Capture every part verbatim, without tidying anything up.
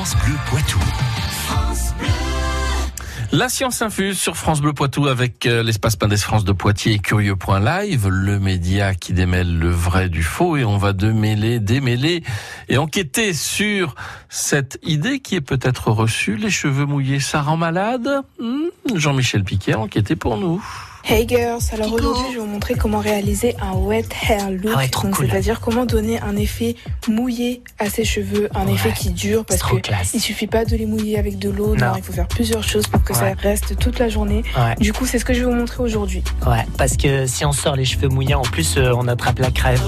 France Bleu Poitou. France Bleu. La science infuse sur France Bleu Poitou avec l'espace Pindes France de Poitiers et Curieux point live, le média qui démêle le vrai du faux, et on va démêler, démêler et enquêter sur cette idée qui est peut-être reçue. Les cheveux mouillés, ça rend malade? hmm Jean-Michel Piquet a enquêté pour nous. Hey girls, alors aujourd'hui je vais vous montrer comment réaliser un wet hair look, ah ouais, trop donc cool. C'est-à-dire comment donner un effet mouillé à ses cheveux, un ouais, effet qui dure, parce que classe. il suffit pas de les mouiller avec de l'eau, non, non il faut faire plusieurs choses pour que ouais. ça reste toute la journée. Ouais. Du coup c'est ce que je vais vous montrer aujourd'hui. Ouais, parce que si on sort les cheveux mouillés, en plus euh, on attrape la crève.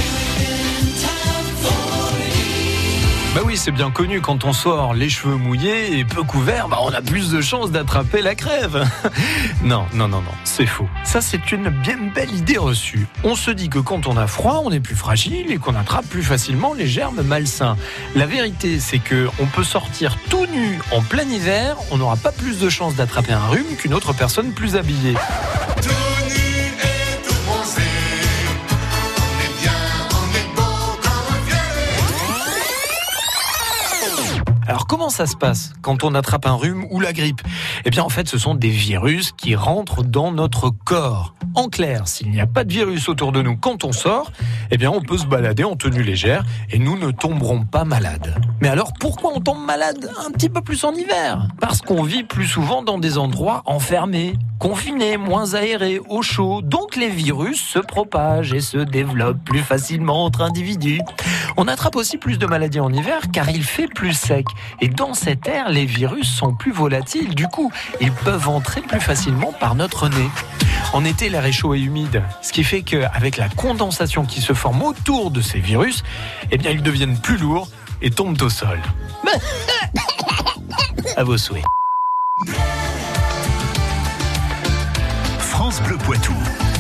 Bah oui, c'est bien connu, quand on sort les cheveux mouillés et peu couverts, bah on a plus de chances d'attraper la crève. Non, non, non, non, c'est faux. Ça, c'est une bien belle idée reçue. On se dit que quand on a froid, on est plus fragile et qu'on attrape plus facilement les germes malsains. La vérité, c'est que on peut sortir tout nu en plein hiver, on n'aura pas plus de chances d'attraper un rhume qu'une autre personne plus habillée. Alors comment ça se passe quand on attrape un rhume ou la grippe? Eh bien en fait ce sont des virus qui rentrent dans notre corps. En clair, s'il n'y a pas de virus autour de nous quand on sort, eh bien on peut se balader en tenue légère et nous ne tomberons pas malades. Mais alors pourquoi on tombe malade un petit peu plus en hiver? Parce qu'on vit plus souvent dans des endroits enfermés, confinés, moins aérés, au chaud. Donc les virus se propagent et se développent plus facilement entre individus. On attrape aussi plus de maladies en hiver car il fait plus sec. Et dans cet air, les virus sont plus volatiles. Du coup, ils peuvent entrer plus facilement par notre nez. En été, l'air est chaud et humide, ce qui fait qu'avec la condensation qui se forme autour de ces virus, eh bien, ils deviennent plus lourds et tombent au sol. À vos souhaits. France Bleu Poitou.